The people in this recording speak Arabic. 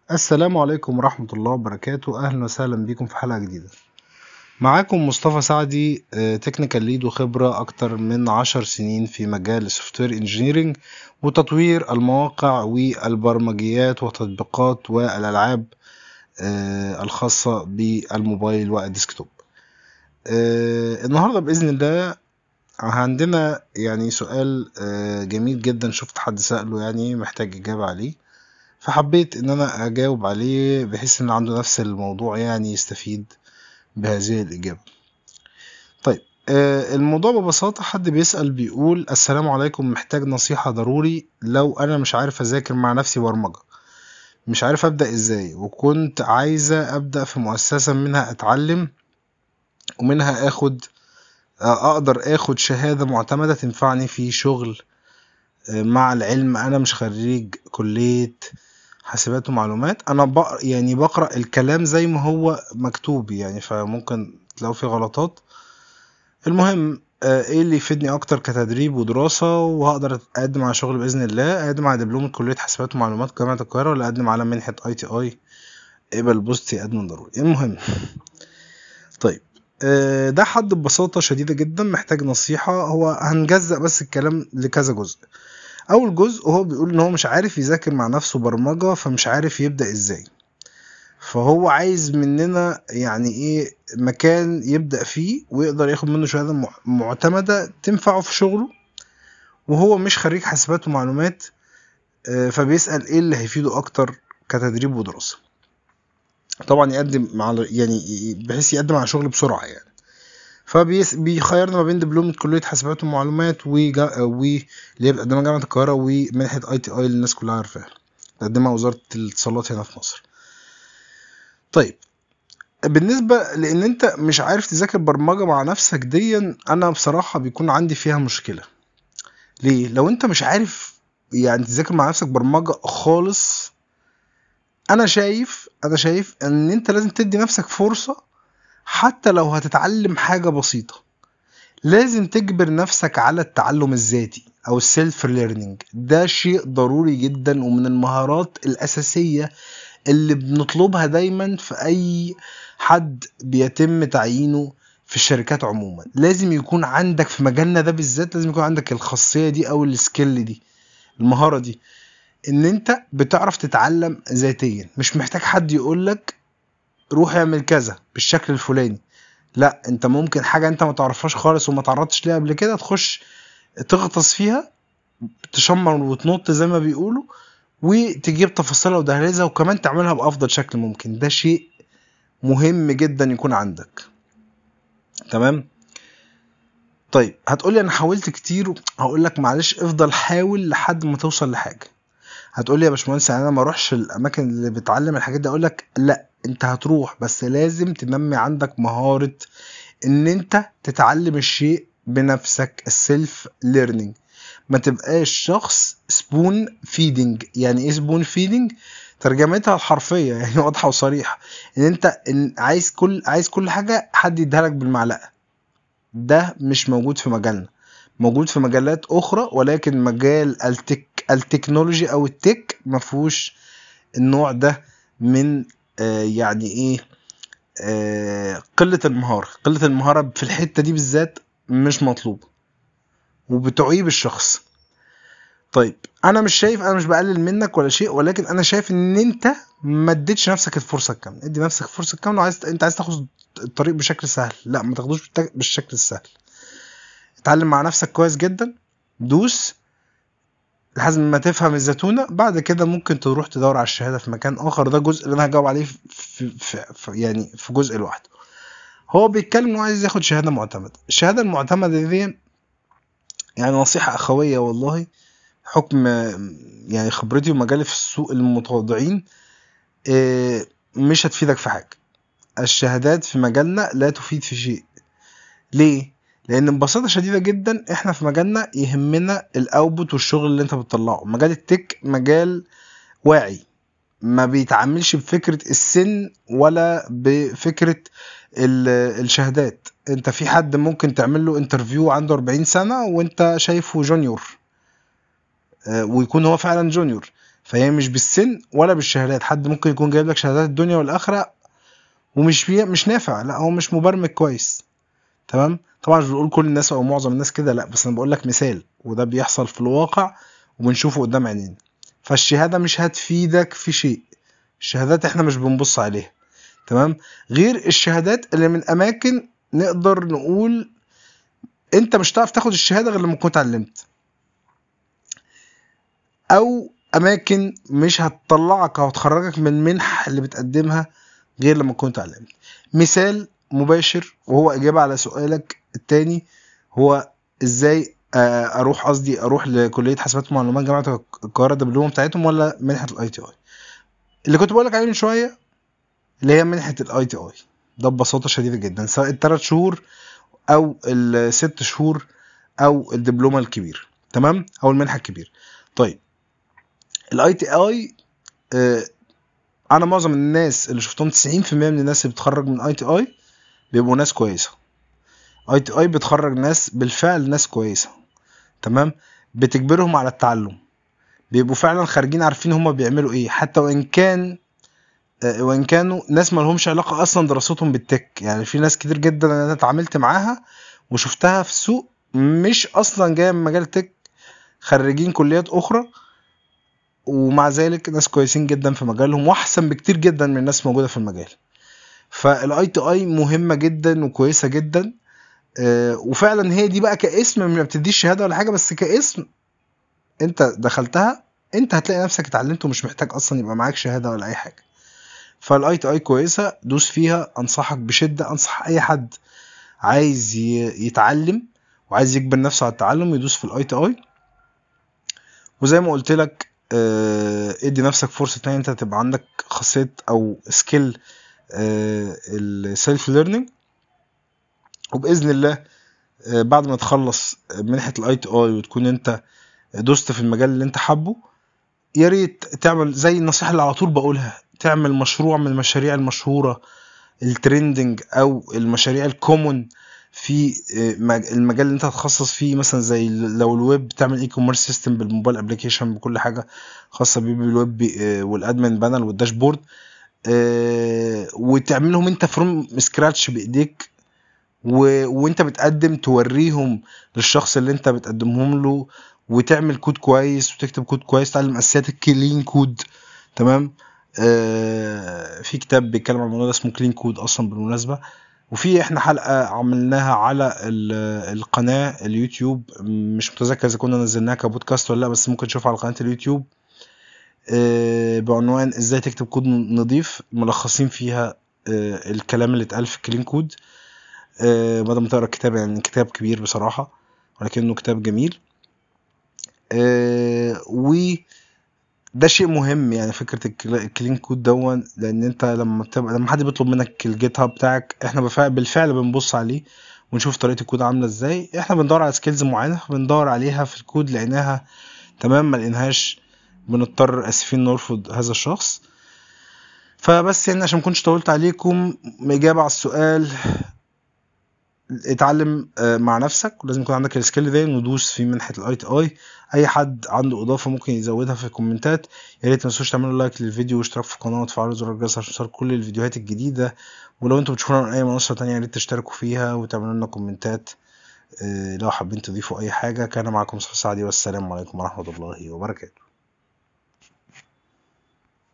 السلام عليكم ورحمة الله وبركاته. أهلا وسهلا بكم في حلقة جديدة. معاكم مصطفى سعدي، تكنيكال ليد وخبرة أكتر من 10 سنين في مجال السوفت وير انجينيرنج وتطوير المواقع والبرمجيات وتطبيقات والألعاب الخاصة بالموبايل والديسكتوب. النهاردة بإذن الله عندنا يعني سؤال جميل جدا، شفت حد سأله يعني محتاج إجابة عليه، فحبيت ان انا اجاوب عليه بحيث ان عنده نفس الموضوع يعني يستفيد بهذه الاجابة. طيب، الموضوع ببساطة حد بيسأل بيقول: السلام عليكم، محتاج نصيحة ضروري. لو انا مش عارف اذاكر مع نفسي برمجة، مش عارف ابدأ ازاي، وكنت عايزة ابدأ في مؤسسة منها اتعلم ومنها اخد اقدر اخد شهادة معتمدة تنفعني في شغل. مع العلم انا مش خريج كلية حاسبات ومعلومات، انا يعني بقرأ الكلام زي ما هو مكتوب يعني، فممكن لو في غلطات. المهم ايه اللي يفيدني اكتر كتدريب ودراسة، وهقدر اقدم على شغل باذن الله؟ اقدم على دبلومة كلية حاسبات ومعلومات جامعة القاهرة، ولا اقدم على منحة ITI؟ اقبل بوستي ادمن ضروري. المهم، طيب، ده حد ببساطة شديدة جدا محتاج نصيحة. هو هنجزأ بس الكلام لكذا جزء. اول جزء هو بيقول ان هو مش عارف يذاكر مع نفسه برمجة، فمش عارف يبدأ ازاي. فهو عايز مننا يعني ايه مكان يبدأ فيه ويقدر ياخد منه شهادة معتمدة تنفعه في شغله، وهو مش خريج حاسبات ومعلومات. فبيسأل ايه اللي هيفيده اكتر كتدريب ودراسة. طبعا يقدم مع يعني بحيث يقدم على شغل بسرعة يعني. فبيخيرنا ما بين دبلومة كلية حاسبات ومعلومات واللي هي بتقدمها جامعة القاهرة، ومنحة ITI اللي الناس كلها عارفاها بتقدمها وزارة الاتصالات هنا في مصر. طيب، بالنسبة لان انت مش عارف تذاكر برمجة مع نفسك دي، انا بصراحة بيكون عندي فيها مشكلة. ليه؟ لو انت مش عارف يعني تذاكر مع نفسك برمجة خالص، انا شايف ان انت لازم تدي نفسك فرصة. حتى لو هتتعلم حاجة بسيطة، لازم تجبر نفسك على التعلم الذاتي او السيلف ليرنينج. ده شيء ضروري جدا ومن المهارات الاساسية اللي بنطلبها دايما في اي حد بيتم تعيينه في الشركات عموما. لازم يكون عندك في مجالنا ده بالذات، لازم يكون عندك الخاصية دي او السكيل دي، المهارة دي، ان انت بتعرف تتعلم ذاتيا. مش محتاج حد يقولك روح اعمل كذا بالشكل الفلاني. لا، انت ممكن حاجة انت ما تعرفهاش خالص وما تعرضتش ليها قبل كده تخش تغطس فيها، تشمر وتنط زي ما بيقولوا، وتجيب تفاصيلها ودهلزها، وكمان تعملها بأفضل شكل ممكن. ده شيء مهم جدا يكون عندك. تمام. طيب، هتقولي انا حاولت كتير. هقولك معلش، افضل حاول لحد ما توصل لحاجة. هتقولي يا باشمهندس يعني انا ما اروحش الاماكن اللي بتعلم الحاجات دي؟ اقولك لا، انت هتروح، بس لازم تنمي عندك مهارة ان انت تتعلم الشيء بنفسك، السيلف ليرنينج. ما تبقاش شخص سبون فيدنج. يعني ايه سبون فيدنج؟ ترجمتها الحرفية يعني واضحة وصريحة، ان انت عايز كل حاجة حد يديها لك بالمعلقة. ده مش موجود في مجالنا، موجود في مجالات اخرى، ولكن مجال التكنولوجي او التك مفهوش النوع ده من يعني ايه قلة المهارة في الحتة دي بالذات مش مطلوبة وبتعيب الشخص. طيب، انا مش بقلل منك ولا شيء، ولكن انا شايف ان انت ما اديتش نفسك الفرصة الكاملة. ادي نفسك الفرصة الكاملة. انت عايز تاخد الطريق بشكل سهل، لا، ما تاخدوش بالشكل السهل. اتعلم مع نفسك كويس جدا، دوس لحد ما تفهم الزتونة. بعد كده ممكن تروح تدور على الشهادة في مكان آخر. ده جزء اللي أنا هجاوب عليه يعني في جزء لوحده. هو بيتكلم إنه عايز ياخد شهادة معتمدة. الشهادة المعتمدة دي يعني نصيحة أخوية والله، حكم يعني خبرتي ومجالي في السوق المتواضعين، مش هتفيدك في حاجة. الشهادات في مجالنا لا تفيد في شيء. ليه؟ لان ببساطه شديده جدا احنا في مجالنا يهمنا الاوتبوت والشغل اللي انت بتطلعه. مجال التك مجال واعي، ما بيتعاملش بفكره السن ولا بفكره الشهادات. انت في حد ممكن تعمل له انترفيو عنده 40 سنه وانت شايفه جونيور، ويكون هو فعلا جونيور. فهي مش بالسن ولا بالشهادات. حد ممكن يكون جايب لك شهادات الدنيا والاخره مش نافع، لا هو مش مبرمج كويس. تمام. طبعا مش بقول كل الناس او معظم الناس كده، لا، بس انا بقول لك مثال، وده بيحصل في الواقع وبنشوفه قدام عينينا. فالشهاده مش هتفيدك في شيء، الشهادات احنا مش بنبص عليها. تمام. غير الشهادات اللي من اماكن نقدر نقول انت مش هتعرف تاخد الشهاده غير لما تكون اتعلمت، او اماكن مش هتطلعك او هتخرجك من المنح اللي بتقدمها غير لما تكون اتعلمت. مثال مباشر وهو اجابه على سؤالك التاني، هو ازاي اروح لكليه حاسبات ومعلومات جامعه القاهره الدبلومه بتاعتهم ولا منحه الاي تي اي اللي كنت بقولك عليه من شويه، اللي هي منحه الاي تي اي. ده ببساطه شديده جدا، سواء ال3 شهور او ال6 شهور او الدبلومه الكبير، تمام، او المنحه الكبير. طيب الاي تي اي، انا معظم الناس اللي شفتهم 90% من الناس اللي بتخرج من اي تي اي بيبقوا ناس كويسه. اي تي اي بتخرج ناس بالفعل ناس كويسه، تمام، بتجبرهم على التعلم، بيبقوا فعلا خارجين عارفين هما بيعملوا ايه، حتى وان كانوا ناس ما لهمش علاقه اصلا دراستهم بالتك. يعني في ناس كتير جدا انا اتعاملت معاها وشفتها في السوق مش اصلا جايه من مجال تك، خريجين كليات اخرى، ومع ذلك ناس كويسين جدا في مجالهم واحسن بكتير جدا من الناس موجوده في المجال. فالاي تي اي مهمه جدا وكويسه جدا. وفعلا هي دي بقى كاسم ما بتديش شهاده ولا حاجه، بس كاسم انت دخلتها انت هتلاقي نفسك اتعلمت ومش محتاج اصلا يبقى معاك شهاده ولا اي حاجه. فالاي تي اي كويسه، دوس فيها، انصحك بشده، انصح اي حد عايز يتعلم وعايز يجبر نفسه على التعلم يدوس في الاي تي اي. وزي ما قلت لك ادي نفسك فرصه تانية انت تبقى عندك خاصيه او سكيل السيلف ليرنينج. وباذن الله بعد ما تخلص منحه الاي تي اي وتكون انت دوست في المجال اللي انت حابه، يا ريت تعمل زي النصيحه اللي على طول بقولها، تعمل مشروع من المشاريع المشهوره الترندنج او المشاريع الكومون في المجال اللي انت هتخصص فيه. مثلا زي لو الويب تعمل اي كوميرس سيستم بالموبايل ابلكيشن بكل حاجه خاصه بيه بالويب والادمن بانل والداشبورد، وتعملهم انت فروم سكراتش بايديك، وانت بتقدم توريهم للشخص اللي انت بتقدمهم له، وتعمل كود كويس وتكتب كود كويس، تعلم اساسيات الكلين كود. تمام. في كتاب بيتكلم عن الموضوع ده اسمه كلين كود اصلا بالمناسبه. وفي احنا حلقه عملناها على القناه اليوتيوب، مش متذكر اذا كنا نزلناها كبودكاست ولا لا، بس ممكن تشوفها على قناه اليوتيوب، بعنوان ازاي تكتب كود نظيف، ملخصين فيها الكلام اللي اتقال في كلين كود. بدل ما تقرا الكتاب، يعني كتاب كبير بصراحه ولكنه كتاب جميل. وده شيء مهم، يعني فكره الكلين كود دون، لان انت لما حد بيطلب منك الجيت هاب بتاعك، احنا بالفعل بنبص عليه ونشوف طريقه الكود عامله ازاي. احنا بندور على سكيلز معينه بندور عليها في الكود، لقيناها تمام، ما لقيناهاش بنضطر اسفين نرفض هذا الشخص. فبس يعني عشان مكنتش طولت عليكم، اجابه على السؤال، اتعلم مع نفسك، ولازم يكون عندك السكيل ده، ندوس في منحه الاي تي اي. اي حد عنده اضافه ممكن يزودها في الكومنتات. يا ريت ما تنسوش تعملوا لايك للفيديو واشتراك في القناه وتفعلوا زر الجرس عشان توصلكم كل الفيديوهات الجديده. ولو انتم بتشوفونا من اي منصه تانية يا ريت تشتركوا فيها وتعملوا لنا كومنتات لو حابين تضيفوا اي حاجه. كان معكم مصطفى سعدي، والسلام عليكم ورحمه الله وبركاته.